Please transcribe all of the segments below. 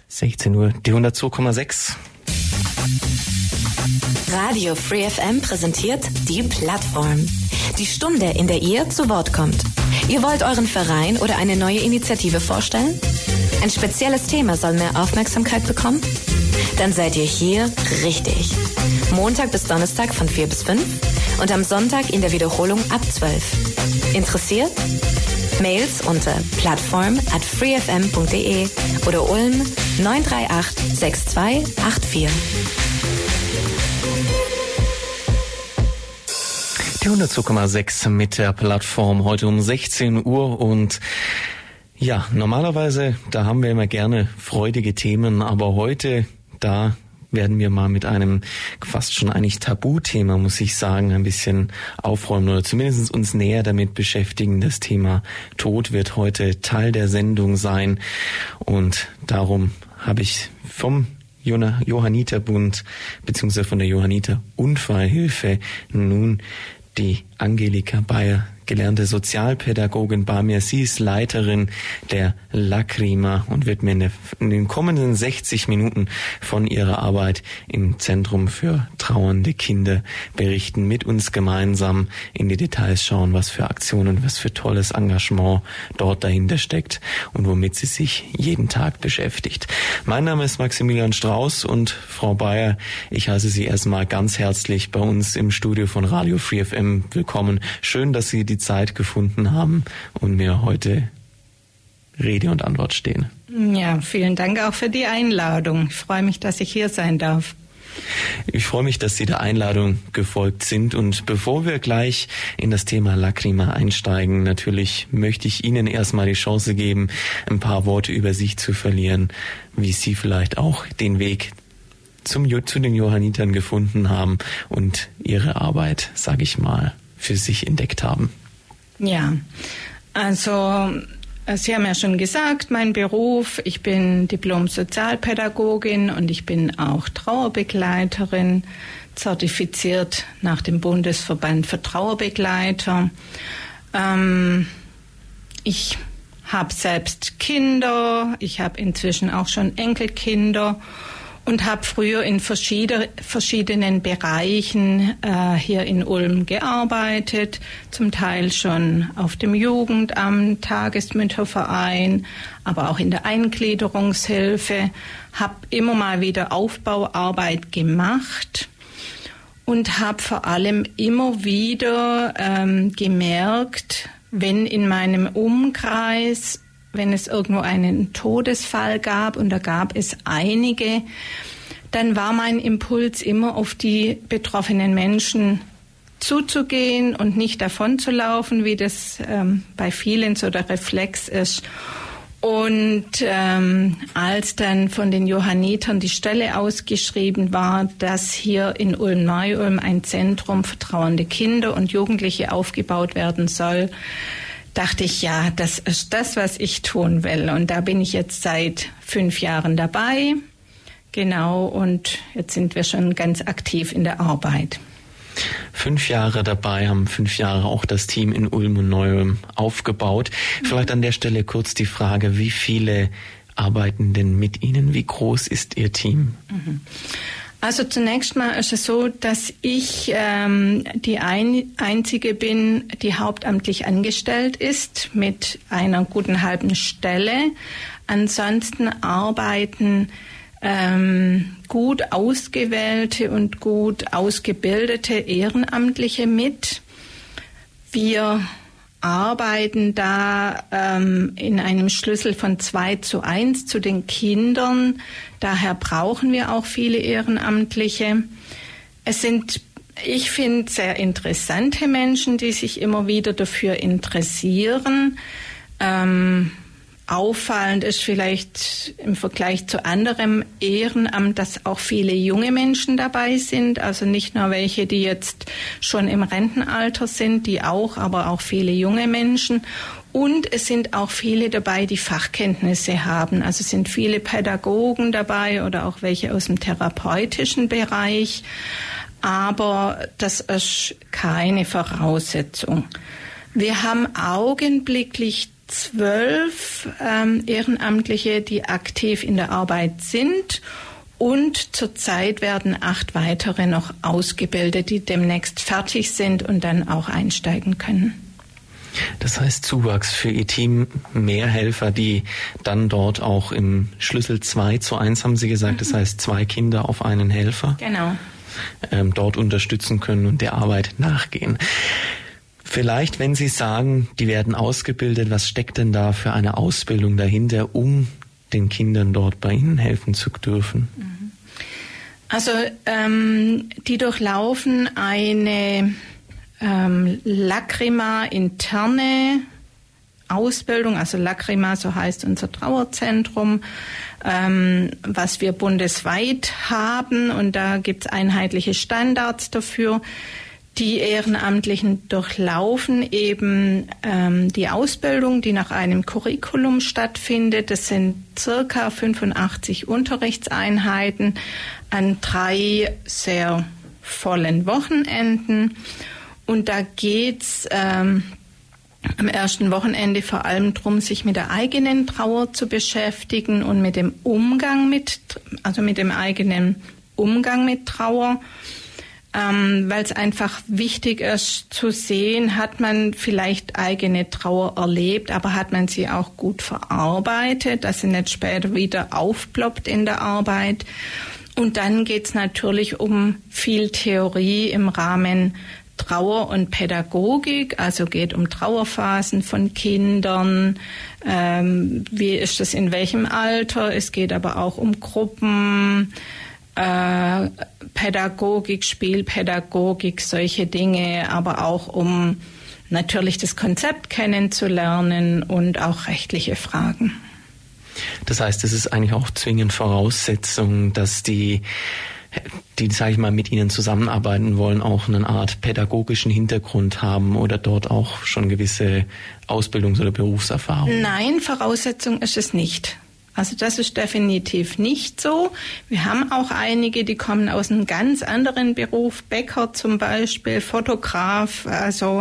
16 Uhr, die 102,6. Radio Free FM präsentiert die Plattform. Die Stunde, in der ihr zu Wort kommt. Ihr wollt euren Verein oder eine neue Initiative vorstellen? Ein spezielles Thema soll mehr Aufmerksamkeit bekommen? Dann seid ihr hier richtig. Montag bis Donnerstag von 4 bis 5 und am Sonntag in der Wiederholung ab 12. Interessiert? Mails unter plattform@freefm.de oder Ulm 938 6284. Die 102,6 mit der Plattform heute um 16 Uhr und ja, normalerweise, da haben wir immer gerne freudige Themen, aber heute, da werden wir mal mit einem fast schon eigentlich Tabuthema, muss ich sagen, ein bisschen aufräumen oder zumindest uns näher damit beschäftigen. Das Thema Tod wird heute Teil der Sendung sein und darum habe ich vom Johanniterbund bzw. von der Johanniter Unfallhilfe nun die Angelika Bayer, gelernte Sozialpädagogin bei mir. Sie ist Leiterin der Lacrima und wird mir in den kommenden 60 Minuten von ihrer Arbeit im Zentrum für trauernde Kinder berichten, mit uns gemeinsam in die Details schauen, was für Aktionen, was für tolles Engagement dort dahinter steckt und womit sie sich jeden Tag beschäftigt. Mein Name ist Maximilian Strauß und Frau Bayer, ich heiße Sie erstmal ganz herzlich bei uns im Studio von Radio Free FM willkommen. Schön, dass Sie die Zeit gefunden haben und mir heute Rede und Antwort stehen. Ja, vielen Dank auch für die Einladung. Ich freue mich, dass ich hier sein darf. Ich freue mich, dass Sie der Einladung gefolgt sind. Und bevor wir gleich in das Thema Lacrima einsteigen, natürlich möchte ich Ihnen erstmal die Chance geben, ein paar Worte über sich zu verlieren, wie Sie vielleicht auch den Weg zu den Johannitern gefunden haben und Ihre Arbeit, sage ich mal, für sich entdeckt haben. Ja, also Sie haben ja schon gesagt, mein Beruf, ich bin Diplom-Sozialpädagogin und ich bin auch Trauerbegleiterin, zertifiziert nach dem Bundesverband für Trauerbegleiter. Ich habe selbst Kinder, ich habe inzwischen auch schon Enkelkinder und habe früher in verschiedenen Bereichen hier in Ulm gearbeitet, zum Teil schon auf dem Jugendamt, Tagesmütterverein, aber auch in der Eingliederungshilfe, habe immer mal wieder Aufbauarbeit gemacht und habe vor allem immer wieder gemerkt, wenn in meinem Umkreis, wenn es irgendwo einen Todesfall gab, und da gab es einige, dann war mein Impuls immer auf die betroffenen Menschen zuzugehen und nicht davon zu laufen, wie das bei vielen so der Reflex ist. Und als dann von den Johannitern die Stelle ausgeschrieben war, dass hier in Ulm-Neu-Ulm ein Zentrum für trauernde Kinder und Jugendliche aufgebaut werden soll, dachte ich, ja, das ist das, was ich tun will. Und da bin ich jetzt seit 5 Jahren dabei. Genau, und jetzt sind wir schon ganz aktiv in der Arbeit. 5 Jahre dabei, haben 5 Jahre auch das Team in Ulm und Neu-Ulm aufgebaut. Vielleicht an der Stelle kurz die Frage, wie viele arbeiten denn mit Ihnen? Wie groß ist Ihr Team? Also zunächst mal ist es so, dass ich die Einzige bin, die hauptamtlich angestellt ist mit einer guten halben Stelle. Ansonsten arbeiten gut ausgewählte und gut ausgebildete Ehrenamtliche mit. Wir arbeiten da in einem Schlüssel von 2:1 zu den Kindern. Daher brauchen wir auch viele Ehrenamtliche. Es sind, ich finde, sehr interessante Menschen, die sich immer wieder dafür interessieren. Auffallend ist vielleicht im Vergleich zu anderem Ehrenamt, dass auch viele junge Menschen dabei sind. Also nicht nur welche, die jetzt schon im Rentenalter sind, die auch, aber auch viele junge Menschen. Und es sind auch viele dabei, die Fachkenntnisse haben. Also es sind viele Pädagogen dabei oder auch welche aus dem therapeutischen Bereich. Aber das ist keine Voraussetzung. Wir haben augenblicklich 12 Ehrenamtliche, die aktiv in der Arbeit sind. Und zurzeit werden 8 weitere noch ausgebildet, die demnächst fertig sind und dann auch einsteigen können. Das heißt Zuwachs für Ihr Team, mehr Helfer, die dann dort auch im Schlüssel 2:1, haben Sie gesagt, das heißt 2 Kinder auf einen Helfer. Genau. Dort unterstützen können und der Arbeit nachgehen. Vielleicht, wenn Sie sagen, die werden ausgebildet, was steckt denn da für eine Ausbildung dahinter, um den Kindern dort bei Ihnen helfen zu dürfen? Also die durchlaufen eine Lacrima interne Ausbildung, also Lacrima, so heißt unser Trauerzentrum, was wir bundesweit haben, und da gibt es einheitliche Standards dafür. Die Ehrenamtlichen durchlaufen eben die Ausbildung, die nach einem Curriculum stattfindet. Das sind circa 85 Unterrichtseinheiten an 3 sehr vollen Wochenenden. Und da geht's am ersten Wochenende vor allem darum, sich mit der eigenen Trauer zu beschäftigen und mit dem Umgang mit dem eigenen Umgang mit Trauer. Weil es einfach wichtig ist zu sehen, hat man vielleicht eigene Trauer erlebt, aber hat man sie auch gut verarbeitet, dass sie nicht später wieder aufploppt in der Arbeit. Und dann geht es natürlich um viel Theorie im Rahmen Trauer und Pädagogik, also geht um Trauerphasen von Kindern, wie ist das in welchem Alter, es geht aber auch um Gruppen, Pädagogik, Spielpädagogik, solche Dinge, aber auch um natürlich das Konzept kennenzulernen und auch rechtliche Fragen. Das heißt, es ist eigentlich auch zwingend Voraussetzung, dass die, sage ich mal, mit Ihnen zusammenarbeiten wollen, auch eine Art pädagogischen Hintergrund haben oder dort auch schon gewisse Ausbildungs- oder Berufserfahrung? Nein, Voraussetzung ist es nicht. Also das ist definitiv nicht so. Wir haben auch einige, die kommen aus einem ganz anderen Beruf, Bäcker zum Beispiel, Fotograf, also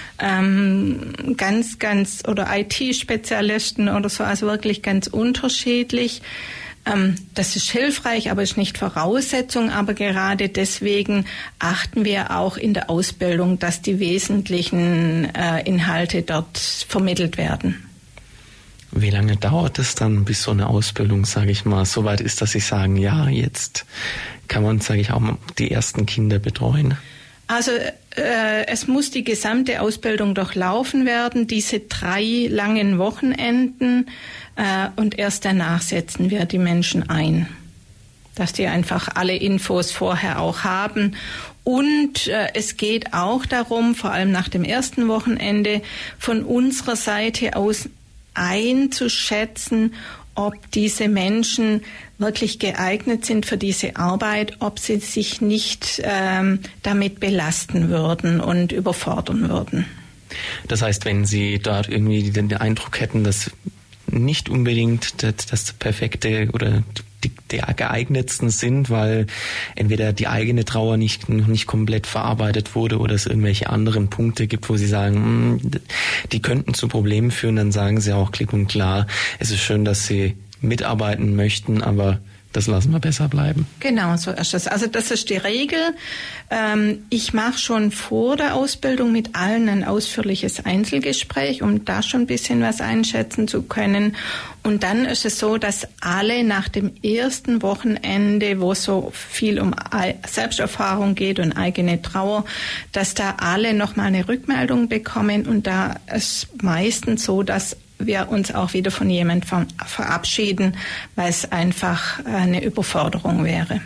ganz, oder IT-Spezialisten oder so, also wirklich ganz unterschiedlich. Das ist hilfreich, aber ist nicht Voraussetzung. Aber gerade deswegen achten wir auch in der Ausbildung, dass die wesentlichen Inhalte dort vermittelt werden. Wie lange dauert es dann, bis so eine Ausbildung, sage ich mal, so weit ist, dass Sie sagen, ja, jetzt kann man, sage ich auch mal, die ersten Kinder betreuen? Also es muss die gesamte Ausbildung durchlaufen werden, diese 3 langen Wochenenden, und erst danach setzen wir die Menschen ein, dass die einfach alle Infos vorher auch haben. Und es geht auch darum, vor allem nach dem ersten Wochenende, von unserer Seite aus einzuschätzen, ob diese Menschen wirklich geeignet sind für diese Arbeit, ob sie sich nicht damit belasten würden und überfordern würden. Das heißt, wenn Sie dort irgendwie den Eindruck hätten, dass nicht unbedingt das perfekte oder die geeignetsten sind, weil entweder die eigene Trauer noch nicht komplett verarbeitet wurde oder es irgendwelche anderen Punkte gibt, wo Sie sagen, die könnten zu Problemen führen, dann sagen Sie auch klipp und klar, es ist schön, dass Sie mitarbeiten möchten, aber das lassen wir besser bleiben. Genau, so ist es. Also das ist die Regel. Ich mache schon vor der Ausbildung mit allen ein ausführliches Einzelgespräch, um da schon ein bisschen was einschätzen zu können. Und dann ist es so, dass alle nach dem ersten Wochenende, wo so viel um Selbsterfahrung geht und eigene Trauer, dass da alle nochmal eine Rückmeldung bekommen. Und da ist meistens so, dass wir uns auch wieder von jemandem verabschieden, weil es einfach eine Überforderung wäre.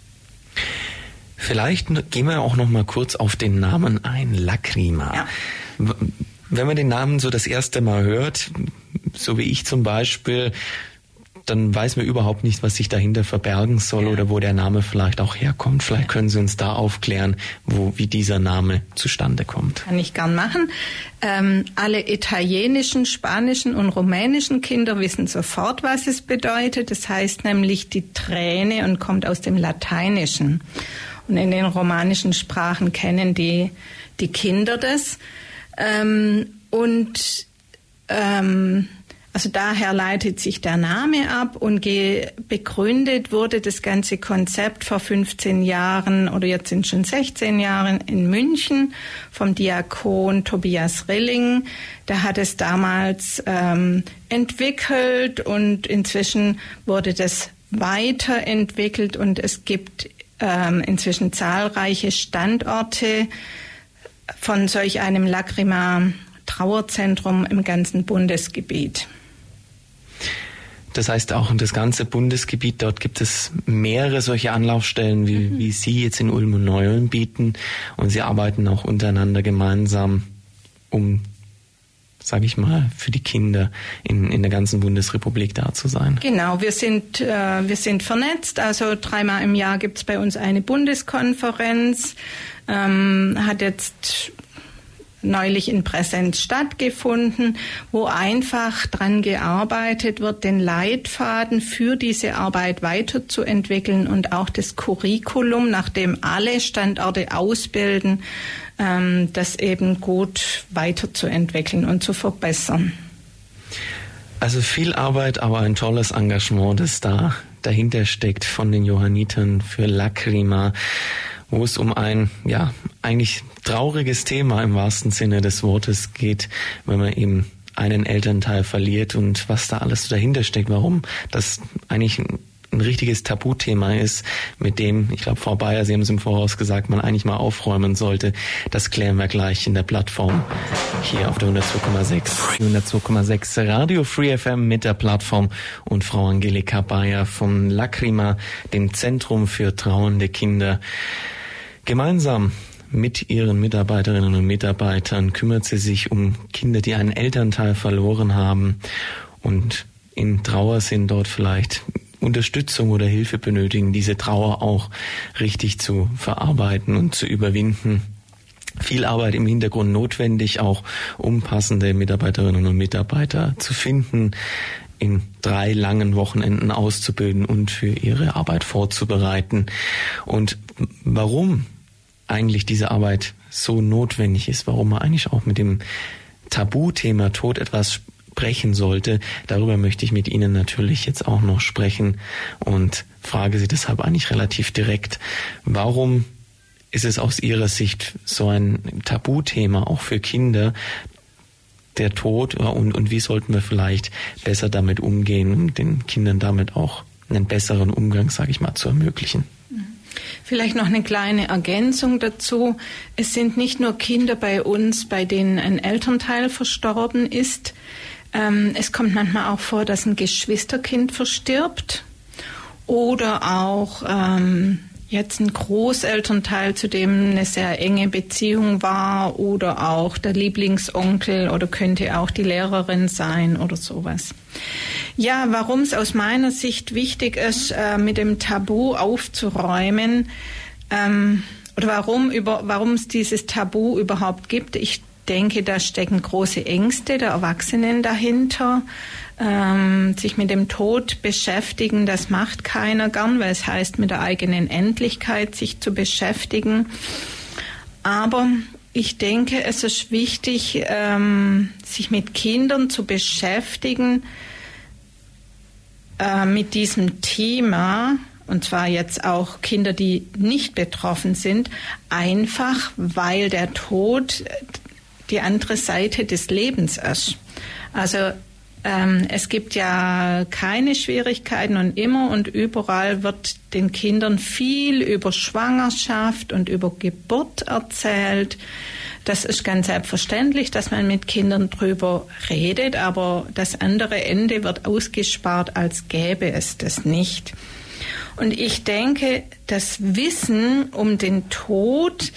Vielleicht gehen wir auch noch mal kurz auf den Namen ein, Lacrima. Ja. Wenn man den Namen so das erste Mal hört, so wie ich zum Beispiel, dann weiß man überhaupt nicht, was sich dahinter verbergen soll oder wo der Name vielleicht auch herkommt. Vielleicht können Sie uns da aufklären, wie dieser Name zustande kommt. Kann ich gern machen. Alle italienischen, spanischen und rumänischen Kinder wissen sofort, was es bedeutet. Das heißt nämlich die Träne und kommt aus dem Lateinischen. Und in den romanischen Sprachen kennen die Kinder das. Und also daher leitet sich der Name ab und begründet wurde das ganze Konzept vor 15 Jahren oder jetzt sind schon 16 Jahren in München vom Diakon Tobias Rilling. Der hat es damals entwickelt und inzwischen wurde das weiterentwickelt und es gibt inzwischen zahlreiche Standorte von solch einem Lacrima-Trauerzentrum im ganzen Bundesgebiet. Das heißt auch das ganze Bundesgebiet, dort gibt es mehrere solche Anlaufstellen, wie Sie jetzt in Ulm und Neu-Ulm bieten. Und Sie arbeiten auch untereinander gemeinsam, um, sage ich mal, für die Kinder in der ganzen Bundesrepublik da zu sein. Genau, wir sind vernetzt. Also 3-mal im Jahr gibt es bei uns eine Bundeskonferenz. Hat jetzt neulich in Präsenz stattgefunden, wo einfach dran gearbeitet wird, den Leitfaden für diese Arbeit weiterzuentwickeln und auch das Curriculum, nachdem alle Standorte ausbilden, das eben gut weiterzuentwickeln und zu verbessern. Also viel Arbeit, aber ein tolles Engagement, das da dahinter steckt von den Johannitern für Lacrima, wo es um ein, eigentlich trauriges Thema im wahrsten Sinne des Wortes geht, wenn man eben einen Elternteil verliert und was da alles dahinter steckt, warum das eigentlich ein richtiges Tabuthema ist, mit dem, ich glaube, Frau Bayer, Sie haben es im Voraus gesagt, man eigentlich mal aufräumen sollte. Das klären wir gleich in der Plattform hier auf der 102,6. 102,6 Radio Free FM mit der Plattform und Frau Angelika Bayer von Lacrima, dem Zentrum für trauernde Kinder. Gemeinsam mit ihren Mitarbeiterinnen und Mitarbeitern kümmert sie sich um Kinder, die einen Elternteil verloren haben und in Trauer sind, dort vielleicht Unterstützung oder Hilfe benötigen, diese Trauer auch richtig zu verarbeiten und zu überwinden. Viel Arbeit im Hintergrund notwendig, auch um passende Mitarbeiterinnen und Mitarbeiter zu finden, in 3 langen Wochenenden auszubilden und für ihre Arbeit vorzubereiten. Und warum eigentlich diese Arbeit so notwendig ist, warum man eigentlich auch mit dem Tabuthema Tod etwas sprechen sollte, darüber möchte ich mit Ihnen natürlich jetzt auch noch sprechen und frage Sie deshalb eigentlich relativ direkt, warum ist es aus Ihrer Sicht so ein Tabuthema auch für Kinder, der Tod, und wie sollten wir vielleicht besser damit umgehen, um den Kindern damit auch einen besseren Umgang, sage ich mal, zu ermöglichen? Vielleicht noch eine kleine Ergänzung dazu. Es sind nicht nur Kinder bei uns, bei denen ein Elternteil verstorben ist. Es kommt manchmal auch vor, dass ein Geschwisterkind verstirbt oder auch jetzt ein Großelternteil, zu dem eine sehr enge Beziehung war oder auch der Lieblingsonkel oder könnte auch die Lehrerin sein oder sowas. Ja, warum es aus meiner Sicht wichtig ist, mit dem Tabu aufzuräumen oder warum es dieses Tabu überhaupt gibt. Ich denke, da stecken große Ängste der Erwachsenen dahinter. Sich mit dem Tod beschäftigen, das macht keiner gern, weil es heißt, mit der eigenen Endlichkeit sich zu beschäftigen. Aber ich denke, es ist wichtig, sich mit Kindern zu beschäftigen, mit diesem Thema, und zwar jetzt auch Kinder, die nicht betroffen sind, einfach weil der Tod die andere Seite des Lebens ist. Also es gibt ja keine Schwierigkeiten und immer und überall wird den Kindern viel über Schwangerschaft und über Geburt erzählt. Das ist ganz selbstverständlich, dass man mit Kindern drüber redet, aber das andere Ende wird ausgespart, als gäbe es das nicht. Und ich denke, das Wissen um den Tod,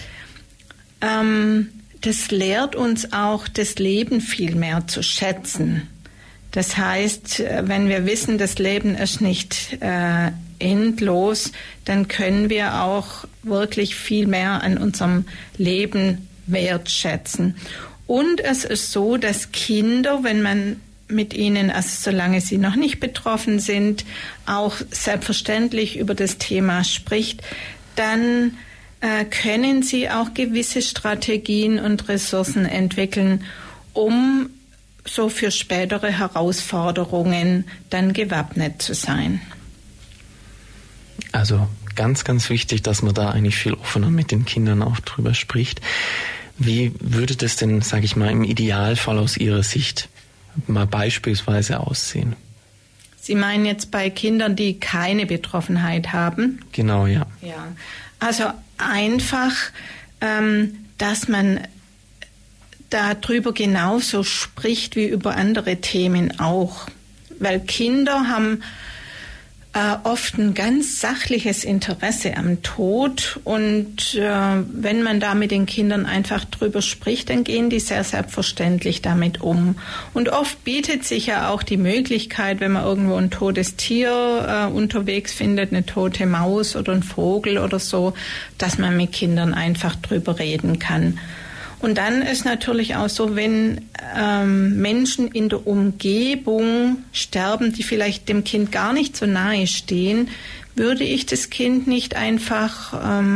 das lehrt uns auch, das Leben viel mehr zu schätzen. Das heißt, wenn wir wissen, das Leben ist nicht endlos, dann können wir auch wirklich viel mehr an unserem Leben wertschätzen. Und es ist so, dass Kinder, wenn man mit ihnen, also solange sie noch nicht betroffen sind, auch selbstverständlich über das Thema spricht, dann können sie auch gewisse Strategien und Ressourcen entwickeln, um so für spätere Herausforderungen dann gewappnet zu sein. Also ganz, ganz wichtig, dass man da eigentlich viel offener mit den Kindern auch drüber spricht. Wie würde das denn, sage ich mal, im Idealfall aus Ihrer Sicht mal beispielsweise aussehen? Sie meinen jetzt bei Kindern, die keine Betroffenheit haben? Genau, ja. Ja, also einfach, dass man darüber genauso spricht wie über andere Themen auch. Weil Kinder haben oft ein ganz sachliches Interesse am Tod und wenn man da mit den Kindern einfach drüber spricht, dann gehen die sehr selbstverständlich damit um. Und oft bietet sich ja auch die Möglichkeit, wenn man irgendwo ein totes Tier unterwegs findet, eine tote Maus oder ein Vogel oder so, dass man mit Kindern einfach drüber reden kann. Und dann ist natürlich auch so, wenn Menschen in der Umgebung sterben, die vielleicht dem Kind gar nicht so nahe stehen, würde ich das Kind nicht einfach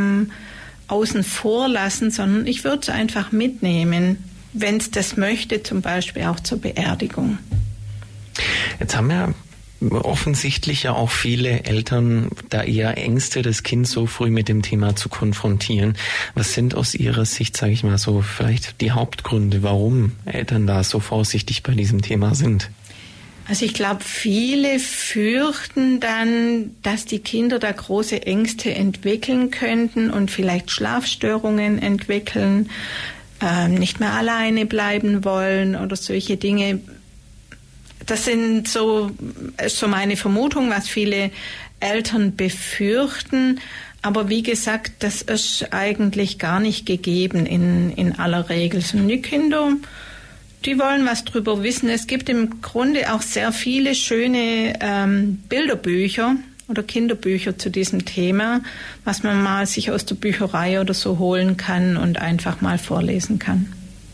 außen vor lassen, sondern ich würde es einfach mitnehmen, wenn es das möchte, zum Beispiel auch zur Beerdigung. Jetzt haben wir offensichtlich ja auch viele Eltern da eher Ängste, das Kind so früh mit dem Thema zu konfrontieren. Was sind aus Ihrer Sicht, sage ich mal so, vielleicht die Hauptgründe, warum Eltern da so vorsichtig bei diesem Thema sind? Also ich glaube, viele fürchten dann, dass die Kinder da große Ängste entwickeln könnten und vielleicht Schlafstörungen entwickeln, nicht mehr alleine bleiben wollen oder solche Dinge. Das ist so meine Vermutung, was viele Eltern befürchten. Aber wie gesagt, das ist eigentlich gar nicht gegeben in aller Regel. Und die Kinder, die wollen was drüber wissen. Es gibt im Grunde auch sehr viele schöne Bilderbücher oder Kinderbücher zu diesem Thema, was man mal sich aus der Bücherei oder so holen kann und einfach mal vorlesen kann.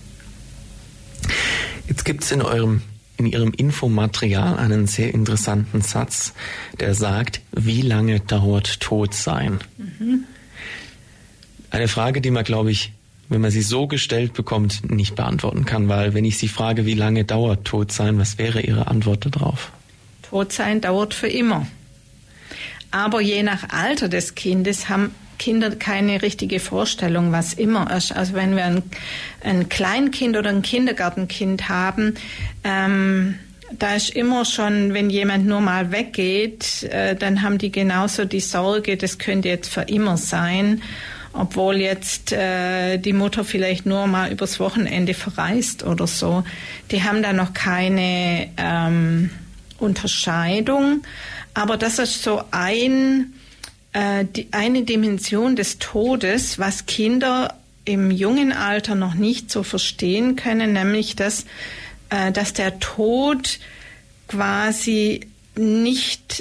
Jetzt gibt es in Ihrem Infomaterial einen sehr interessanten Satz, der sagt, wie lange dauert Todsein? Mhm. Eine Frage, die man, glaube ich, wenn man sie so gestellt bekommt, nicht beantworten kann, weil wenn ich Sie frage, wie lange dauert Todsein, was wäre Ihre Antwort darauf? Todsein dauert für immer. Aber je nach Alter des Kindes haben Kinder keine richtige Vorstellung, was immer ist. Also wenn wir ein Kleinkind oder ein Kindergartenkind haben, da ist immer schon, wenn jemand nur mal weggeht, dann haben die genauso die Sorge, das könnte jetzt für immer sein, obwohl jetzt die Mutter vielleicht nur mal übers Wochenende verreist oder so. Die haben da noch keine Unterscheidung, aber das ist so eine Dimension des Todes, was Kinder im jungen Alter noch nicht so verstehen können, nämlich dass der Tod quasi nicht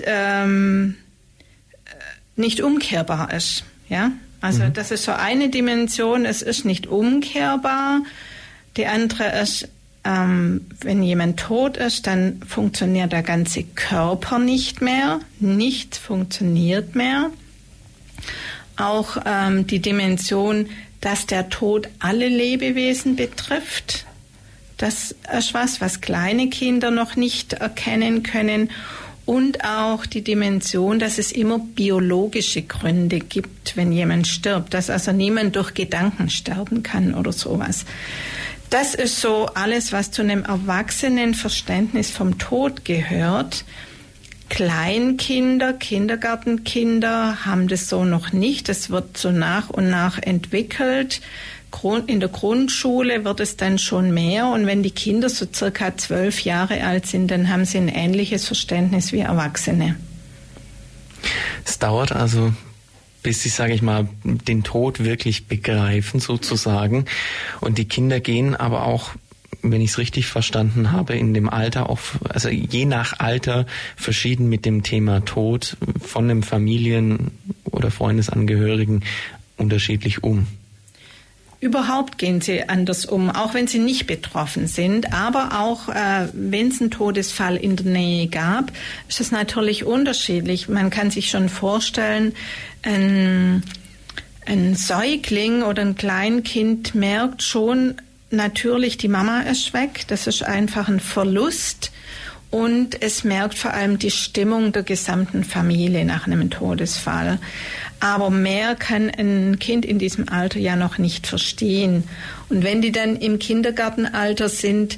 umkehrbar ist. Ja? Also das ist so eine Dimension, es ist nicht umkehrbar. Die andere ist, wenn jemand tot ist, dann funktioniert der ganze Körper nicht mehr, nichts funktioniert mehr. Auch die Dimension, dass der Tod alle Lebewesen betrifft, das ist was kleine Kinder noch nicht erkennen können. Und auch die Dimension, dass es immer biologische Gründe gibt, wenn jemand stirbt, dass also niemand durch Gedanken sterben kann oder sowas. Das ist so alles, was zu einem erwachsenen Verständnis vom Tod gehört. Kleinkinder, Kindergartenkinder haben das so noch nicht. Das wird so nach und nach entwickelt. In der Grundschule wird es dann schon mehr. Und wenn die Kinder so circa 12 Jahre alt sind, dann haben sie ein ähnliches Verständnis wie Erwachsene. Es dauert also, bis sie, sage ich mal, den Tod wirklich begreifen sozusagen. Und die Kinder gehen aber auch, wenn ich es richtig verstanden habe, in dem Alter auch, also je nach Alter verschieden mit dem Thema Tod von dem Familien- oder Freundesangehörigen unterschiedlich um. Überhaupt gehen sie anders um, auch wenn sie nicht betroffen sind. Aber auch wenn es einen Todesfall in der Nähe gab, ist es natürlich unterschiedlich. Man kann sich schon vorstellen, ein Säugling oder ein Kleinkind merkt schon natürlich, die Mama ist weg, das ist einfach ein Verlust. Und es merkt vor allem die Stimmung der gesamten Familie nach einem Todesfall. Aber mehr kann ein Kind in diesem Alter ja noch nicht verstehen. Und wenn die dann im Kindergartenalter sind,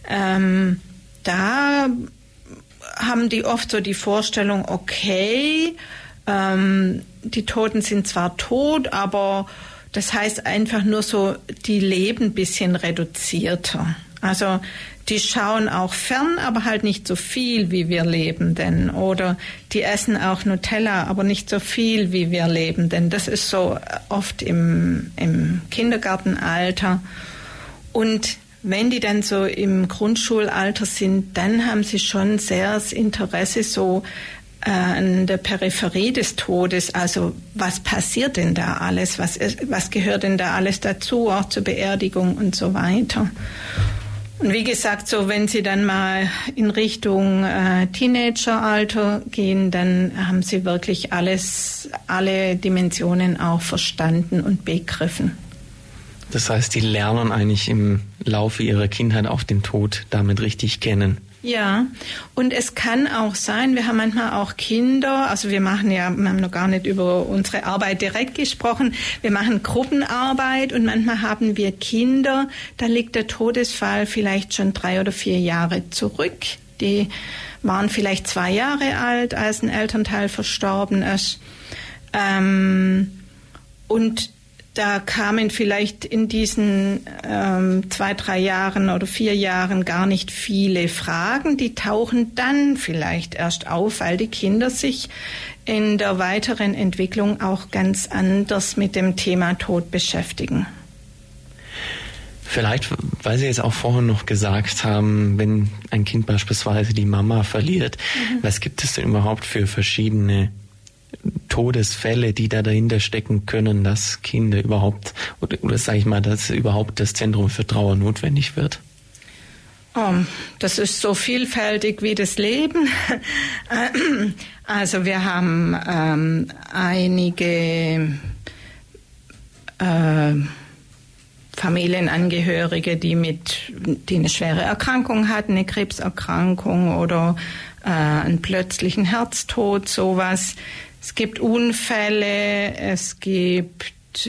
da haben die oft so die Vorstellung, okay, die Toten sind zwar tot, aber das heißt einfach nur so, die leben ein bisschen reduzierter. Also die schauen auch fern, aber halt nicht so viel, wie wir Lebenden. Oder die essen auch Nutella, aber nicht so viel, wie wir Lebenden. Das ist so oft im Kindergartenalter. Und wenn die dann so im Grundschulalter sind, dann haben sie schon sehr das Interesse so an der Peripherie des Todes. Also was passiert denn da alles? Was gehört denn da alles dazu, auch zur Beerdigung und so weiter? Und wie gesagt, so wenn sie dann mal in Richtung Teenageralter gehen, dann haben sie wirklich alle Dimensionen auch verstanden und begriffen. Das heißt, die lernen eigentlich im Laufe ihrer Kindheit auch den Tod damit richtig kennen. Ja, und es kann auch sein, wir haben manchmal auch Kinder, also wir haben noch gar nicht über unsere Arbeit direkt gesprochen, wir machen Gruppenarbeit und manchmal haben wir Kinder, da liegt der Todesfall vielleicht schon 3 oder 4 Jahre zurück. Die waren vielleicht 2 Jahre alt, als ein Elternteil verstorben ist. Und da kamen vielleicht in diesen 2, 3 Jahren oder 4 Jahren gar nicht viele Fragen. Die tauchen dann vielleicht erst auf, weil die Kinder sich in der weiteren Entwicklung auch ganz anders mit dem Thema Tod beschäftigen. Vielleicht, weil Sie jetzt auch vorhin noch gesagt haben, wenn ein Kind beispielsweise die Mama verliert, was gibt es denn überhaupt für verschiedene Todesfälle, die da dahinter stecken können, dass Kinder überhaupt, oder sage ich mal, dass überhaupt das Zentrum für Trauer notwendig wird? Das ist so vielfältig wie das Leben. Also wir haben einige Familienangehörige, die eine schwere Erkrankung hatten, eine Krebserkrankung oder einen plötzlichen Herztod, sowas. Es gibt Unfälle, es gibt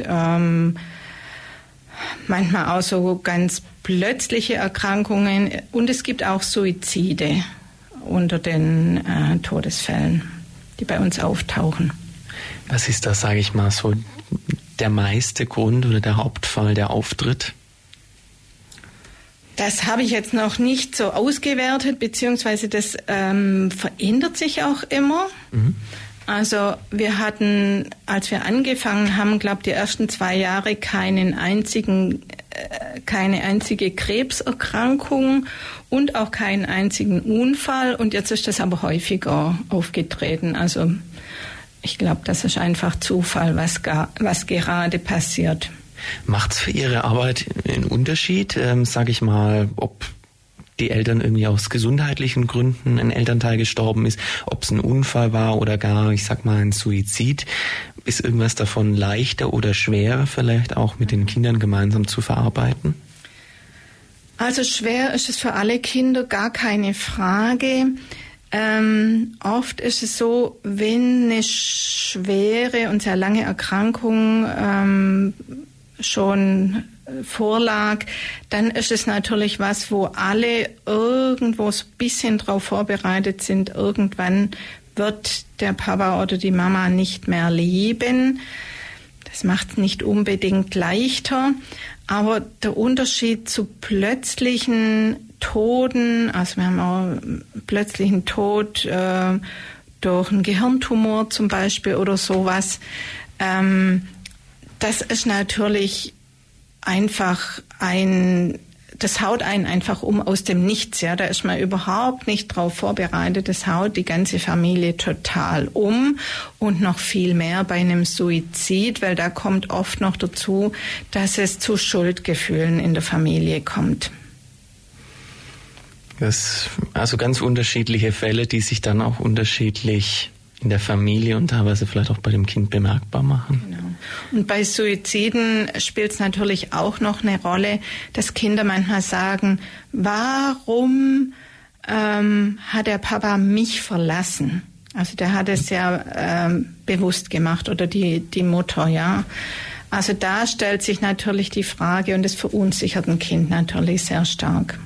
manchmal auch so ganz plötzliche Erkrankungen und es gibt auch Suizide unter den Todesfällen, die bei uns auftauchen. Was ist das, sage ich mal, so der meiste Grund oder der Hauptfall, der auftritt? Das habe ich jetzt noch nicht so ausgewertet, beziehungsweise das verändert sich auch immer. Also wir hatten, als wir angefangen haben, glaube ich, die ersten 2 Jahre keine einzige Krebserkrankung und auch keinen einzigen Unfall. Und jetzt ist das aber häufiger aufgetreten. Also ich glaube, das ist einfach Zufall, was gerade passiert. Macht es für Ihre Arbeit einen Unterschied, sage ich mal, ob die Eltern irgendwie aus gesundheitlichen Gründen ein Elternteil gestorben ist, ob es ein Unfall war oder gar, ich sag mal, ein Suizid? Ist irgendwas davon leichter oder schwerer vielleicht auch mit den Kindern gemeinsam zu verarbeiten? Also schwer ist es für alle Kinder, gar keine Frage. Oft ist es so, wenn eine schwere und sehr lange Erkrankung schon vorlag, dann ist es natürlich was, wo alle irgendwo so ein bisschen drauf vorbereitet sind. Irgendwann wird der Papa oder die Mama nicht mehr leben. Das macht es nicht unbedingt leichter. Aber der Unterschied zu plötzlichen Toten, also wir haben auch plötzlichen Tod durch einen Gehirntumor zum Beispiel oder sowas, das ist natürlich einfach das haut einen einfach aus dem Nichts, ja, da ist man überhaupt nicht drauf vorbereitet, das haut die ganze Familie total um und noch viel mehr bei einem Suizid, weil da kommt oft noch dazu, dass es zu Schuldgefühlen in der Familie kommt. Also ganz unterschiedliche Fälle, die sich dann auch unterschiedlich in der Familie und teilweise vielleicht auch bei dem Kind bemerkbar machen. Genau. Und bei Suiziden spielt es natürlich auch noch eine Rolle, dass Kinder manchmal sagen, warum hat der Papa mich verlassen? Also der hat es ja bewusst gemacht oder die Mutter, ja. Also da stellt sich natürlich die Frage und das verunsichert ein Kind natürlich sehr stark.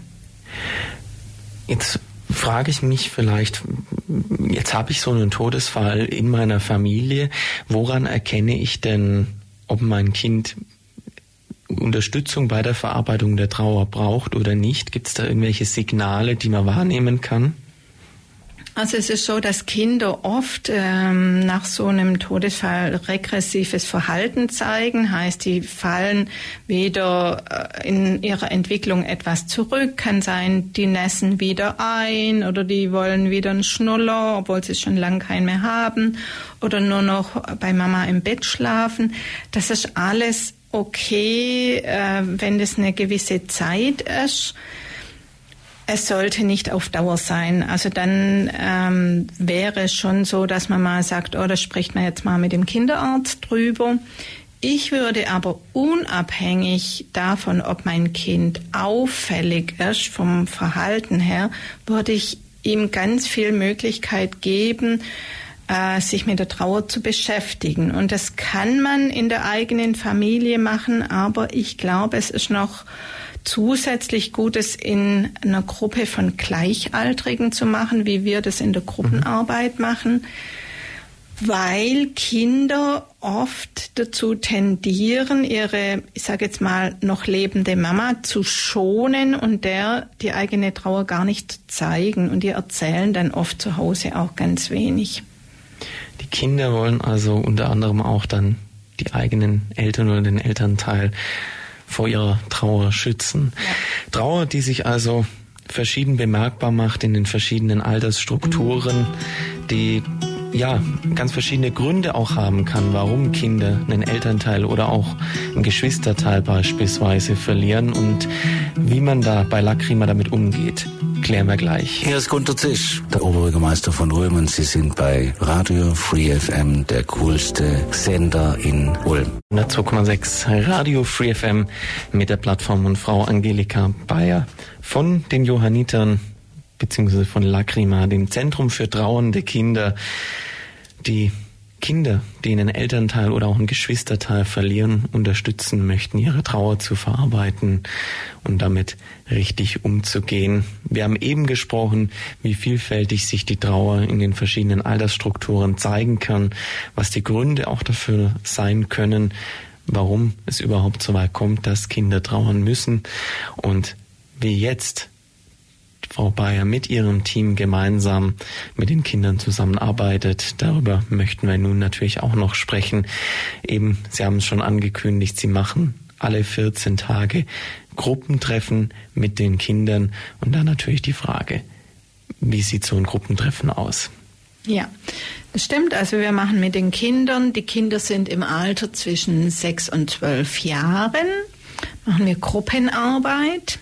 Jetzt frage ich mich vielleicht, jetzt habe ich so einen Todesfall in meiner Familie, woran erkenne ich denn, ob mein Kind Unterstützung bei der Verarbeitung der Trauer braucht oder nicht? Gibt es da irgendwelche Signale, die man wahrnehmen kann? Also es ist so, dass Kinder oft nach so einem Todesfall regressives Verhalten zeigen. Heißt, die fallen wieder in ihrer Entwicklung etwas zurück. Kann sein, die nässen wieder ein oder die wollen wieder einen Schnuller, obwohl sie schon lange keinen mehr haben. Oder nur noch bei Mama im Bett schlafen. Das ist alles okay, wenn das eine gewisse Zeit ist. Es sollte nicht auf Dauer sein. Also dann wäre es schon so, dass man mal sagt, oh, das spricht man jetzt mal mit dem Kinderarzt drüber. Ich würde aber unabhängig davon, ob mein Kind auffällig ist vom Verhalten her, würde ich ihm ganz viel Möglichkeit geben, sich mit der Trauer zu beschäftigen. Und das kann man in der eigenen Familie machen, aber ich glaube, es ist noch zusätzlich gut, es in einer Gruppe von Gleichaltrigen zu machen, wie wir das in der Gruppenarbeit machen, weil Kinder oft dazu tendieren, ihre, ich sage jetzt mal, noch lebende Mama zu schonen und der die eigene Trauer gar nicht zu zeigen. Und die erzählen dann oft zu Hause auch ganz wenig. Die Kinder wollen also unter anderem auch dann die eigenen Eltern oder den Elternteil vor ihrer Trauer schützen. Ja. Trauer, die sich also verschieden bemerkbar macht in den verschiedenen Altersstrukturen, die ja ganz verschiedene Gründe auch haben kann, warum Kinder einen Elternteil oder auch einen Geschwisterteil beispielsweise verlieren und wie man da bei Lacrima damit umgeht. Klären wir gleich. Hier ist Gunter Zisch, der Oberbürgermeister von Ulm, und Sie sind bei Radio Free FM, der coolste Sender in Ulm. 102,6 Radio Free FM mit der Plattform und Frau Angelika Bayer von den Johannitern bzw. von Lacrima, dem Zentrum für trauernde Kinder. Die Kinder, die einen Elternteil oder auch einen Geschwisterteil verlieren, unterstützen möchten, ihre Trauer zu verarbeiten und damit richtig umzugehen. Wir haben eben gesprochen, wie vielfältig sich die Trauer in den verschiedenen Altersstrukturen zeigen kann, was die Gründe auch dafür sein können, warum es überhaupt so weit kommt, dass Kinder trauern müssen und wie jetzt Frau Bayer mit ihrem Team gemeinsam mit den Kindern zusammenarbeitet. Darüber möchten wir nun natürlich auch noch sprechen. Eben, Sie haben es schon angekündigt, Sie machen alle 14 Tage Gruppentreffen mit den Kindern und dann natürlich die Frage, wie sieht so ein Gruppentreffen aus? Ja, das stimmt. Also wir machen mit den Kindern, die Kinder sind im Alter zwischen 6 und 12 Jahren, machen wir Gruppenarbeit.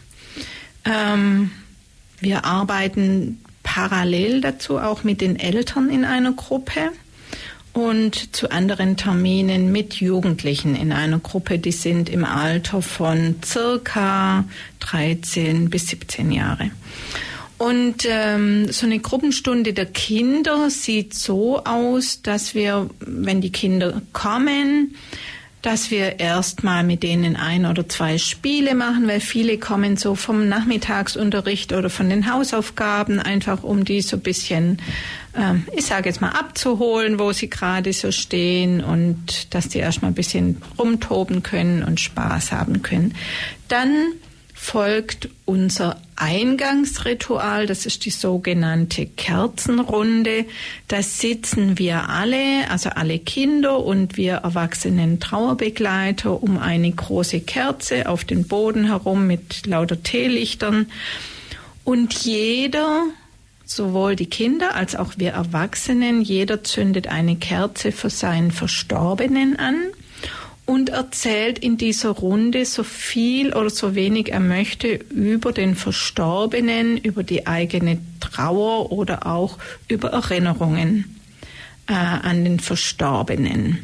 Wir arbeiten parallel dazu auch mit den Eltern in einer Gruppe und zu anderen Terminen mit Jugendlichen in einer Gruppe, die sind im Alter von circa 13 bis 17 Jahre. Und so eine Gruppenstunde der Kinder sieht so aus, dass wir, wenn die Kinder kommen, dass wir erstmal mit denen 1 oder 2 Spiele machen, weil viele kommen so vom Nachmittagsunterricht oder von den Hausaufgaben, einfach um die so ein bisschen, ich sage jetzt mal, abzuholen, wo sie gerade so stehen und dass die erstmal ein bisschen rumtoben können und Spaß haben können. Dann folgt unser Eingangsritual, das ist die sogenannte Kerzenrunde. Da sitzen wir alle, also alle Kinder und wir erwachsenen Trauerbegleiter um eine große Kerze auf den Boden herum mit lauter Teelichtern. Und jeder, sowohl die Kinder als auch wir Erwachsenen, jeder zündet eine Kerze für seinen Verstorbenen an und erzählt in dieser Runde so viel oder so wenig er möchte über den Verstorbenen, über die eigene Trauer oder auch über Erinnerungen. an den Verstorbenen.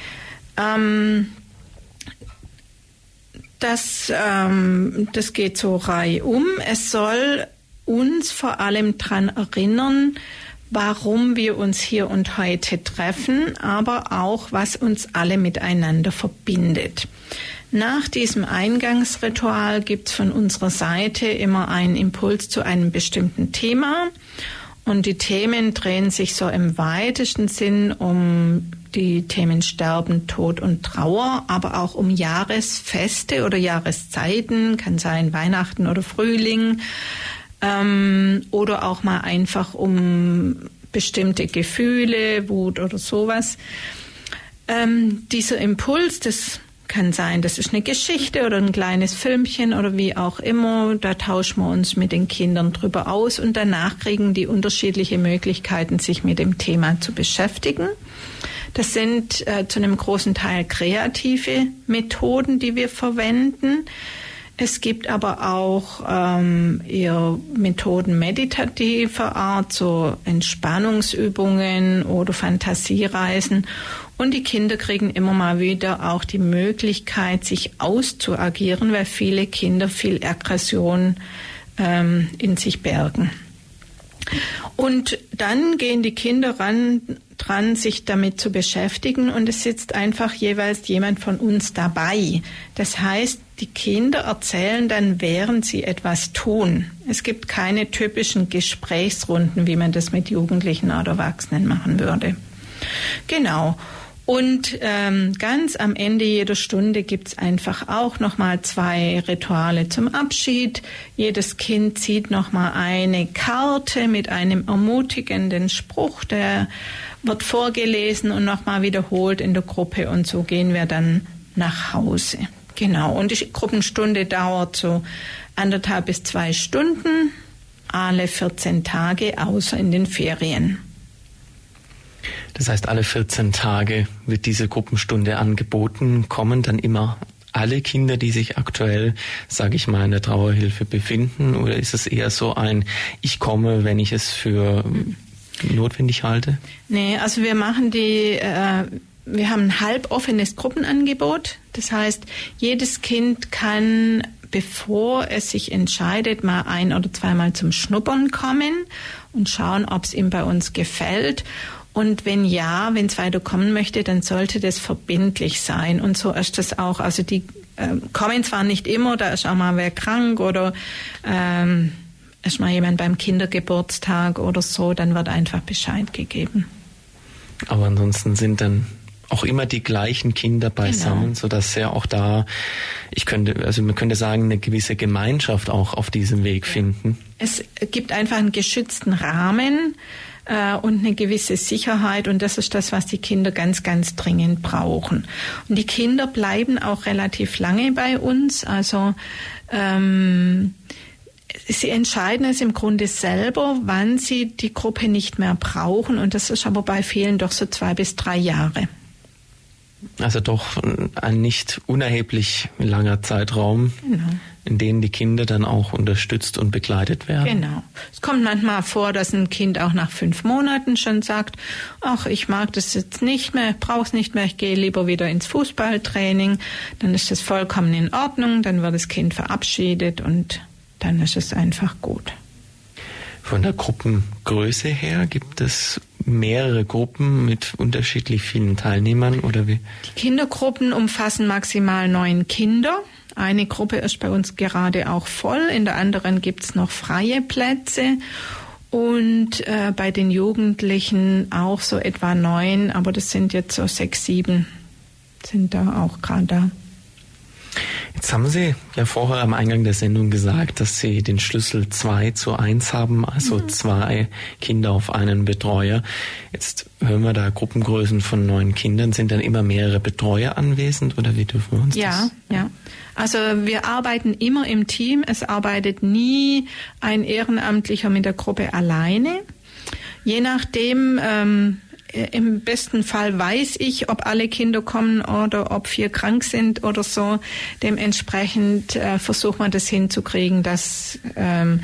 Das geht so reihum. Es soll uns vor allem daran erinnern, warum wir uns hier und heute treffen, aber auch, was uns alle miteinander verbindet. Nach diesem Eingangsritual gibt es von unserer Seite immer einen Impuls zu einem bestimmten Thema. Und die Themen drehen sich so im weitesten Sinn um die Themen Sterben, Tod und Trauer, aber auch um Jahresfeste oder Jahreszeiten, kann sein Weihnachten oder Frühling, oder auch mal einfach um bestimmte Gefühle, Wut oder sowas. Dieser Impuls, das kann sein, das ist eine Geschichte oder ein kleines Filmchen oder wie auch immer. Da tauschen wir uns mit den Kindern drüber aus und danach kriegen die unterschiedliche Möglichkeiten, sich mit dem Thema zu beschäftigen. Das sind zu einem großen Teil kreative Methoden, die wir verwenden. Es gibt aber auch eher Methoden meditativer Art, so Entspannungsübungen oder Fantasiereisen. Und die Kinder kriegen immer mal wieder auch die Möglichkeit, sich auszuagieren, weil viele Kinder viel Aggression in sich bergen. Und dann gehen die Kinder dran, sich damit zu beschäftigen, und es sitzt einfach jeweils jemand von uns dabei. Das heißt, die Kinder erzählen dann, während sie etwas tun. Es gibt keine typischen Gesprächsrunden, wie man das mit Jugendlichen oder Erwachsenen machen würde. Genau. Und ganz am Ende jeder Stunde gibt's einfach auch nochmal 2 Rituale zum Abschied. Jedes Kind zieht nochmal eine Karte mit einem ermutigenden Spruch, der wird vorgelesen und nochmal wiederholt in der Gruppe, und so gehen wir dann nach Hause. Genau, und die Gruppenstunde dauert so 1,5 bis 2 Stunden, alle 14 Tage, außer in den Ferien. Das heißt, alle 14 Tage wird diese Gruppenstunde angeboten. Kommen dann immer alle Kinder, die sich aktuell, sage ich mal, in der Trauerhilfe befinden? Oder ist es eher so ein, ich komme, wenn ich es für notwendig halte? Nee, also wir machen wir haben ein halboffenes Gruppenangebot. Das heißt, jedes Kind kann, bevor es sich entscheidet, mal 1- oder 2-mal zum Schnuppern kommen und schauen, ob es ihm bei uns gefällt. Und wenn es weiterkommen möchte, dann sollte das verbindlich sein. Und so ist das auch. Also die kommen zwar nicht immer, da ist auch mal wer krank oder ist mal jemand beim Kindergeburtstag oder so, dann wird einfach Bescheid gegeben. Aber ansonsten sind dann auch immer die gleichen Kinder beisammen, genau, sodass ja auch da, man könnte sagen, eine gewisse Gemeinschaft auch auf diesem Weg finden. Es gibt einfach einen geschützten Rahmen und eine gewisse Sicherheit, und das ist das, was die Kinder ganz, ganz dringend brauchen. Und die Kinder bleiben auch relativ lange bei uns, also sie entscheiden es im Grunde selber, wann sie die Gruppe nicht mehr brauchen, und das ist aber bei vielen doch so 2 bis 3 Jahre. Also doch ein nicht unerheblich langer Zeitraum, genau, in dem die Kinder dann auch unterstützt und begleitet werden. Genau. Es kommt manchmal vor, dass ein Kind auch nach 5 Monaten schon sagt, ach, ich mag das jetzt nicht mehr, ich brauche es nicht mehr, ich gehe lieber wieder ins Fußballtraining. Dann ist das vollkommen in Ordnung, dann wird das Kind verabschiedet und dann ist es einfach gut. Von der Gruppengröße her gibt es mehrere Gruppen mit unterschiedlich vielen Teilnehmern, oder wie? Die Kindergruppen umfassen maximal 9 Kinder. Eine Gruppe ist bei uns gerade auch voll, in der anderen gibt es noch freie Plätze. Und bei den Jugendlichen auch so etwa 9, aber das sind jetzt so 6, 7 sind da auch gerade da. Jetzt haben Sie ja vorher am Eingang der Sendung gesagt, dass Sie den Schlüssel 2:1 haben, also 2 Kinder auf einen Betreuer. Jetzt hören wir da Gruppengrößen von 9 Kindern. Sind dann immer mehrere Betreuer anwesend, oder wie dürfen wir uns das? Ja. Also wir arbeiten immer im Team. Es arbeitet nie ein Ehrenamtlicher mit der Gruppe alleine. Je nachdem, im besten Fall weiß ich, ob alle Kinder kommen oder ob 4 krank sind oder so. Dementsprechend versucht man das hinzukriegen, dass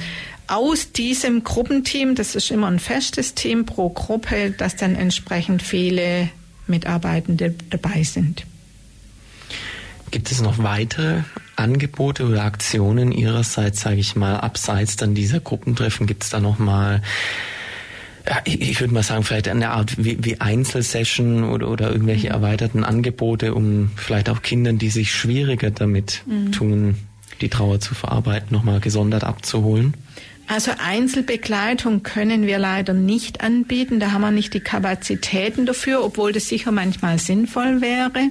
aus diesem Gruppenteam, das ist immer ein festes Team pro Gruppe, dass dann entsprechend viele Mitarbeitende dabei sind. Gibt es noch weitere Angebote oder Aktionen Ihrerseits, sage ich mal, abseits dann dieser Gruppentreffen? Gibt es da noch mal, ja, ich würde mal sagen, vielleicht eine Art wie Einzelsession oder irgendwelche erweiterten Angebote, um vielleicht auch Kindern, die sich schwieriger damit tun, die Trauer zu verarbeiten, nochmal gesondert abzuholen? Also Einzelbegleitung können wir leider nicht anbieten. Da haben wir nicht die Kapazitäten dafür, obwohl das sicher manchmal sinnvoll wäre.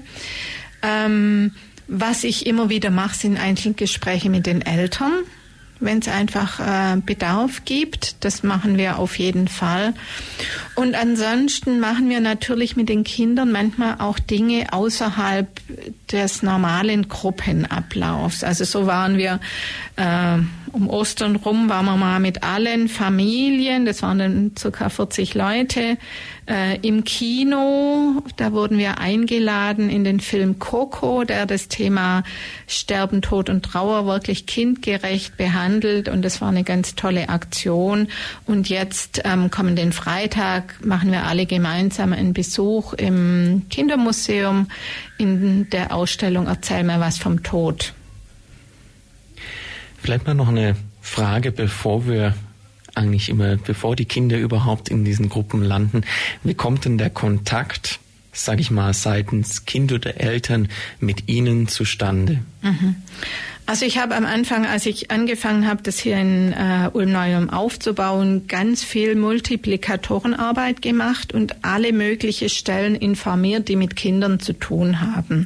Was ich immer wieder mache, sind Einzelgespräche mit den Eltern, wenn es einfach Bedarf gibt. Das machen wir auf jeden Fall. Und ansonsten machen wir natürlich mit den Kindern manchmal auch Dinge außerhalb des normalen Gruppenablaufs. Also so waren wir um Ostern rum, waren wir mal mit allen Familien, das waren dann ca. 40 Leute, im Kino. Da wurden wir eingeladen in den Film Coco, der das Thema Sterben, Tod und Trauer wirklich kindgerecht behandelt. Und das war eine ganz tolle Aktion. Und jetzt kommenden Freitag machen wir alle gemeinsam einen Besuch im Kindermuseum in der Ausstellung Erzähl mir was vom Tod. Vielleicht mal noch eine Frage, bevor die Kinder überhaupt in diesen Gruppen landen. Wie kommt denn der Kontakt, sage ich mal, seitens Kind oder Eltern mit Ihnen zustande? Also ich habe am Anfang, als ich angefangen habe, das hier in Ulm-Neuem aufzubauen, ganz viel Multiplikatorenarbeit gemacht und alle möglichen Stellen informiert, die mit Kindern zu tun haben.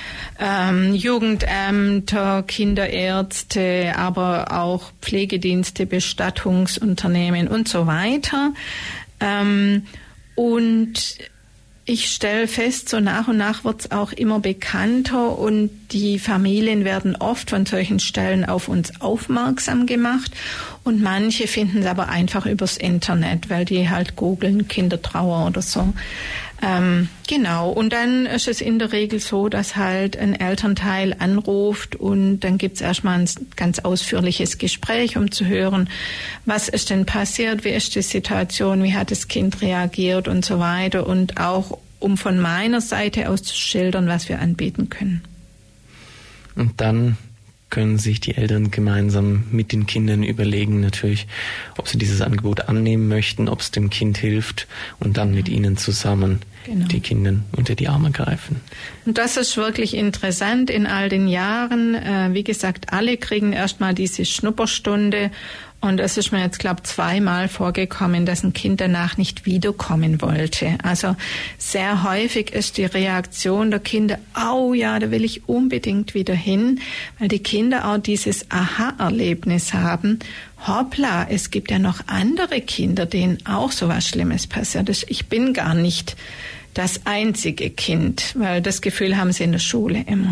Jugendämter, Kinderärzte, aber auch Pflegedienste, Bestattungsunternehmen und so weiter. Und ich stelle fest, so nach und nach wird es auch immer bekannter und die Familien werden oft von solchen Stellen auf uns aufmerksam gemacht und manche finden es aber einfach übers Internet, weil die halt googeln Kindertrauer oder so. Genau, und dann ist es in der Regel so, dass halt ein Elternteil anruft und dann gibt's erstmal ein ganz ausführliches Gespräch, um zu hören, was ist denn passiert, wie ist die Situation, wie hat das Kind reagiert und so weiter und auch um von meiner Seite aus zu schildern, was wir anbieten können. Und dann können sich die Eltern gemeinsam mit den Kindern überlegen, natürlich, ob sie dieses Angebot annehmen möchten, ob es dem Kind hilft und dann mit ihnen zusammen die Kinder unter die Arme greifen. Und das ist wirklich interessant in all den Jahren. Wie gesagt, alle kriegen erstmal diese Schnupperstunde und es ist mir jetzt, glaube ich, 2-mal vorgekommen, dass ein Kind danach nicht wiederkommen wollte. Also sehr häufig ist die Reaktion der Kinder, oh ja, da will ich unbedingt wieder hin, weil die Kinder auch dieses Aha-Erlebnis haben. Hoppla, es gibt ja noch andere Kinder, denen auch so was Schlimmes passiert ist. Ich bin gar nicht das einzige Kind, weil das Gefühl haben sie in der Schule immer.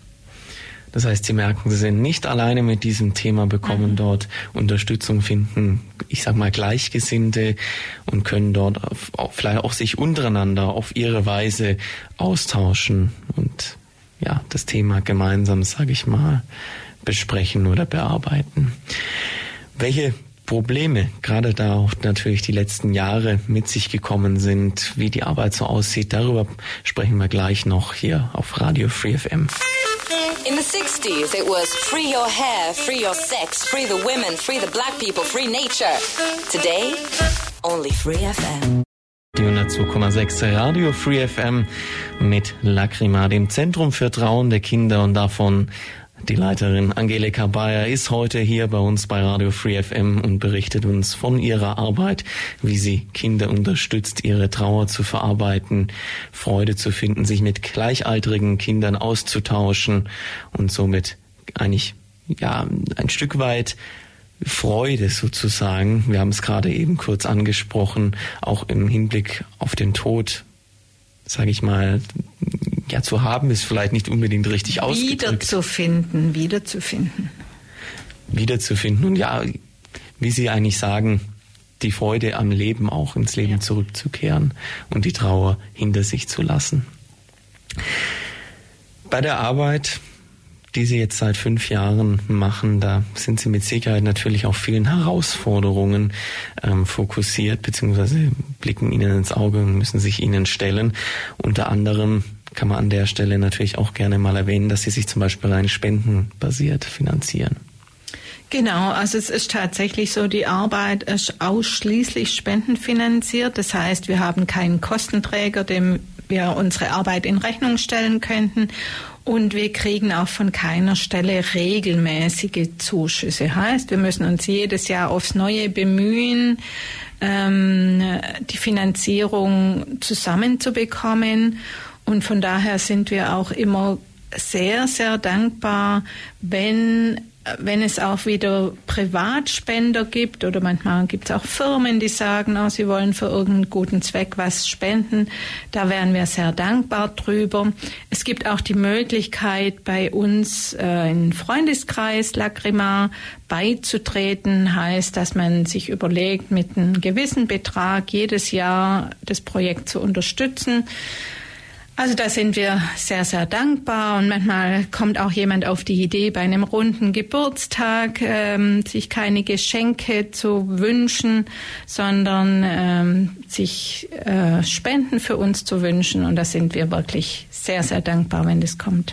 Das heißt, Sie merken, Sie sind nicht alleine mit diesem Thema, bekommen dort Unterstützung, finden, ich sag mal, Gleichgesinnte und können dort vielleicht auch sich untereinander auf ihre Weise austauschen und ja, das Thema gemeinsam, sage ich mal, besprechen oder bearbeiten. Welche Probleme gerade da auch natürlich die letzten Jahre mit sich gekommen sind, wie die Arbeit so aussieht, darüber sprechen wir gleich noch hier auf Radio Free FM. In the 60s, it was free your hair, free your sex, free the women, free the black people, free nature. Today, only Free FM. Die 102,6 Radio Free FM mit Lacrima, dem Zentrum für trauernde Kinder, und davon die Leiterin Angelika Bayer ist heute hier bei uns bei Radio Free FM und berichtet uns von ihrer Arbeit, wie sie Kinder unterstützt, ihre Trauer zu verarbeiten, Freude zu finden, sich mit gleichaltrigen Kindern auszutauschen und somit eigentlich ja ein Stück weit Freude sozusagen, wir haben es gerade eben kurz angesprochen, auch im Hinblick auf den Tod, sage ich mal, ja, zu haben ist vielleicht nicht unbedingt richtig ausgedrückt. Wiederzufinden und ja, wie Sie eigentlich sagen, die Freude am Leben auch ins Leben zurückzukehren und die Trauer hinter sich zu lassen. Bei der Arbeit, die Sie jetzt seit 5 Jahren machen, da sind Sie mit Sicherheit natürlich auf vielen Herausforderungen fokussiert, beziehungsweise blicken Ihnen ins Auge und müssen sich ihnen stellen. Unter anderem kann man an der Stelle natürlich auch gerne mal erwähnen, dass Sie sich zum Beispiel rein spendenbasiert finanzieren. Genau, also es ist tatsächlich so, die Arbeit ist ausschließlich spendenfinanziert. Das heißt, wir haben keinen Kostenträger, dem wir unsere Arbeit in Rechnung stellen könnten. Und wir kriegen auch von keiner Stelle regelmäßige Zuschüsse. Heißt, wir müssen uns jedes Jahr aufs Neue bemühen, die Finanzierung zusammenzubekommen. Und von daher sind wir auch immer sehr, sehr dankbar, wenn es auch wieder Privatspender gibt oder manchmal gibt es auch Firmen, die sagen, sie wollen für irgendeinen guten Zweck was spenden. Da wären wir sehr dankbar drüber. Es gibt auch die Möglichkeit, bei uns in Freundeskreis Lacrima beizutreten. Heißt, dass man sich überlegt, mit einem gewissen Betrag jedes Jahr das Projekt zu unterstützen. Also da sind wir sehr, sehr dankbar und manchmal kommt auch jemand auf die Idee, bei einem runden Geburtstag sich keine Geschenke zu wünschen, sondern sich Spenden für uns zu wünschen und da sind wir wirklich sehr, sehr dankbar, wenn das kommt.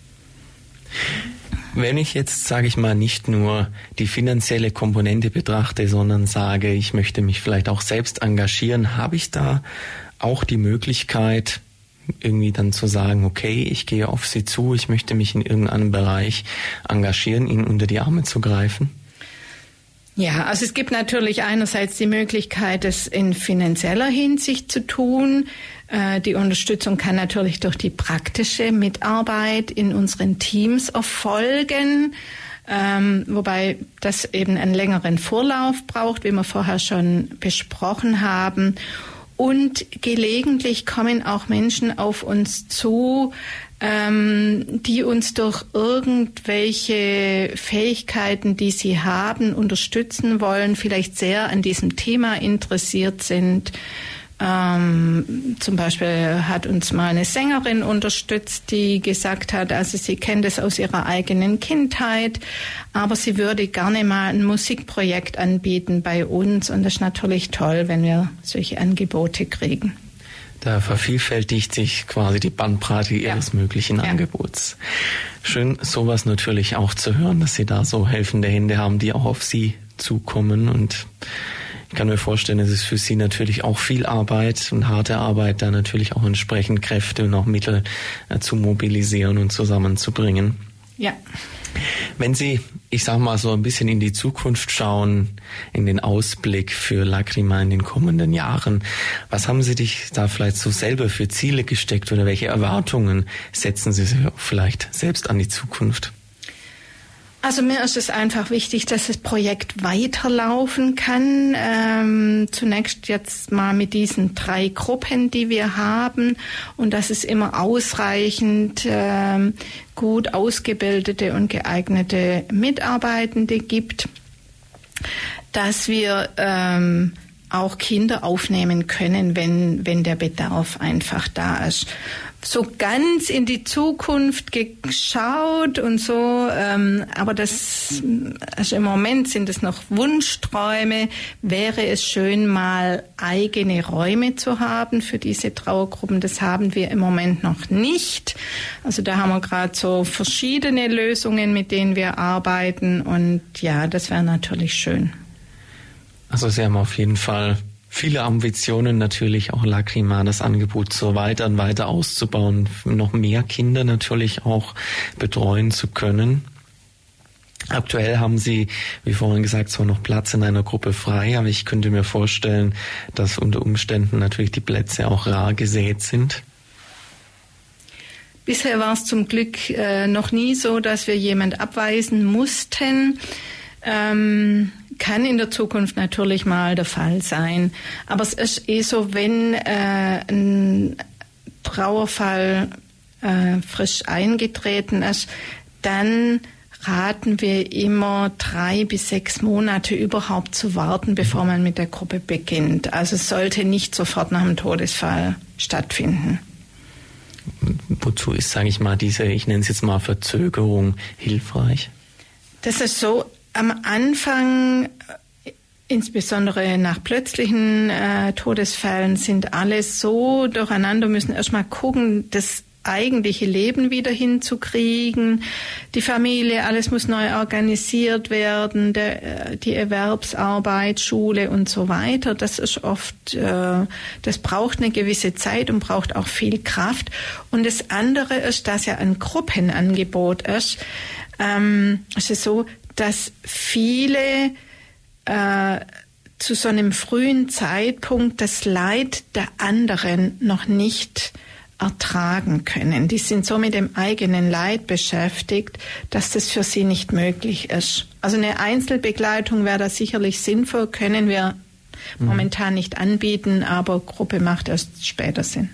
Wenn ich jetzt, sage ich mal, nicht nur die finanzielle Komponente betrachte, sondern sage, ich möchte mich vielleicht auch selbst engagieren, habe ich da auch die Möglichkeit, irgendwie dann zu sagen, okay, ich gehe auf Sie zu, ich möchte mich in irgendeinem Bereich engagieren, Ihnen unter die Arme zu greifen? Ja, also es gibt natürlich einerseits die Möglichkeit, es in finanzieller Hinsicht zu tun. Die Unterstützung kann natürlich durch die praktische Mitarbeit in unseren Teams erfolgen, wobei das eben einen längeren Vorlauf braucht, wie wir vorher schon besprochen haben. Und gelegentlich kommen auch Menschen auf uns zu, die uns durch irgendwelche Fähigkeiten, die sie haben, unterstützen wollen, vielleicht sehr an diesem Thema interessiert sind. Zum Beispiel hat uns mal eine Sängerin unterstützt, die gesagt hat, also sie kennt es aus ihrer eigenen Kindheit, aber sie würde gerne mal ein Musikprojekt anbieten bei uns und das ist natürlich toll, wenn wir solche Angebote kriegen. Da vervielfältigt sich quasi die Bandbreite Ihres möglichen Angebots. Schön, sowas natürlich auch zu hören, dass Sie da so helfende Hände haben, die auch auf Sie zukommen und ich kann mir vorstellen, es ist für Sie natürlich auch viel Arbeit und harte Arbeit, da natürlich auch entsprechend Kräfte und auch Mittel zu mobilisieren und zusammenzubringen. Ja. Wenn Sie, ich sag mal so ein bisschen in die Zukunft schauen, in den Ausblick für Lacrima in den kommenden Jahren, was haben Sie sich da vielleicht so selber für Ziele gesteckt oder welche Erwartungen setzen Sie sich vielleicht selbst an die Zukunft? Also mir ist es einfach wichtig, dass das Projekt weiterlaufen kann. Zunächst jetzt mal mit diesen 3 Gruppen, die wir haben und dass es immer ausreichend gut ausgebildete und geeignete Mitarbeitende gibt, dass wir auch Kinder aufnehmen können, wenn der Bedarf einfach da ist. So ganz in die Zukunft geschaut und so, aber das, also im Moment sind es noch Wunschträume. Wäre es schön, mal eigene Räume zu haben für diese Trauergruppen. Das haben wir im Moment noch nicht. Also da haben wir gerade so verschiedene Lösungen, mit denen wir arbeiten und ja, das wäre natürlich schön. Also Sie haben auf jeden Fall viele Ambitionen, natürlich auch Lacrima, das Angebot so weiter und weiter auszubauen, noch mehr Kinder natürlich auch betreuen zu können. Aktuell haben Sie, wie vorhin gesagt, zwar noch Platz in einer Gruppe frei, aber ich könnte mir vorstellen, dass unter Umständen natürlich die Plätze auch rar gesät sind. Bisher war es zum Glück noch nie so, dass wir jemand abweisen mussten. Kann in der Zukunft natürlich mal der Fall sein. Aber es ist so, wenn ein Trauerfall frisch eingetreten ist, dann raten wir immer 3 bis 6 Monate überhaupt zu warten, bevor man mit der Gruppe beginnt. Also es sollte nicht sofort nach dem Todesfall stattfinden. wozu ist, sage ich mal, diese, ich nenne es jetzt mal Verzögerung hilfreich? Das ist so, am Anfang, insbesondere nach plötzlichen Todesfällen, sind alle so durcheinander, müssen erstmal gucken, das eigentliche Leben wieder hinzukriegen, die Familie, alles muss neu organisiert werden, die Erwerbsarbeit, Schule und so weiter. Das ist oft, das braucht eine gewisse Zeit und braucht auch viel Kraft. Und das andere ist, dass ja ein Gruppenangebot ist. Es ist so, dass viele zu so einem frühen Zeitpunkt das Leid der anderen noch nicht ertragen können. Die sind so mit dem eigenen Leid beschäftigt, dass das für sie nicht möglich ist. Also eine Einzelbegleitung wäre da sicherlich sinnvoll, können wir momentan nicht anbieten, aber Gruppe macht erst später Sinn.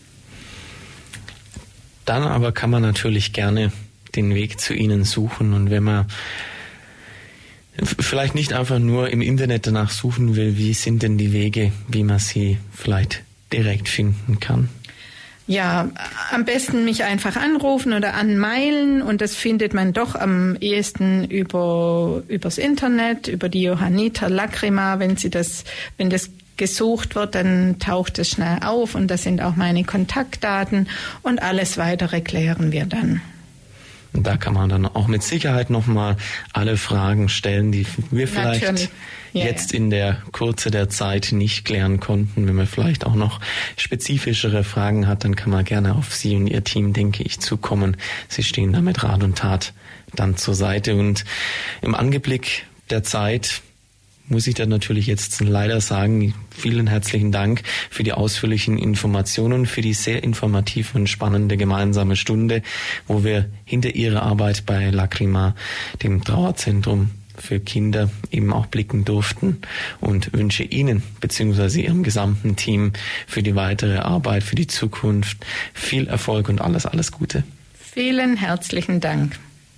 Dann aber kann man natürlich gerne den Weg zu Ihnen suchen, und wenn man vielleicht nicht einfach nur im Internet danach suchen will, wie sind denn die Wege, wie man sie vielleicht direkt finden kann? Ja, am besten mich einfach anrufen oder anmailen, und das findet man doch am ehesten übers Internet, über die Johanniter Lacrima. Wenn das gesucht wird, dann taucht es schnell auf, und das sind auch meine Kontaktdaten, und alles weitere klären wir dann. Und da kann man dann auch mit Sicherheit nochmal alle Fragen stellen, die wir vielleicht jetzt in der Kürze der Zeit nicht klären konnten. Wenn man vielleicht auch noch spezifischere Fragen hat, dann kann man gerne auf Sie und Ihr Team, denke ich, zukommen. Sie stehen da mit Rat und Tat dann zur Seite. Und im Anblick der Zeit muss ich dann natürlich jetzt leider sagen, vielen herzlichen Dank für die ausführlichen Informationen, für die sehr informative und spannende gemeinsame Stunde, wo wir hinter Ihrer Arbeit bei Lacrima, dem Trauerzentrum für Kinder, eben auch blicken durften, und wünsche Ihnen bzw. Ihrem gesamten Team für die weitere Arbeit, für die Zukunft viel Erfolg und alles Gute. Vielen herzlichen Dank.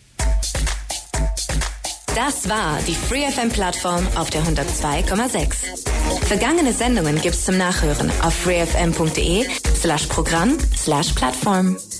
Das war die Free FM Plattform auf der 102,6. Vergangene Sendungen gibt's zum Nachhören auf freefm.de/Programm/Plattform.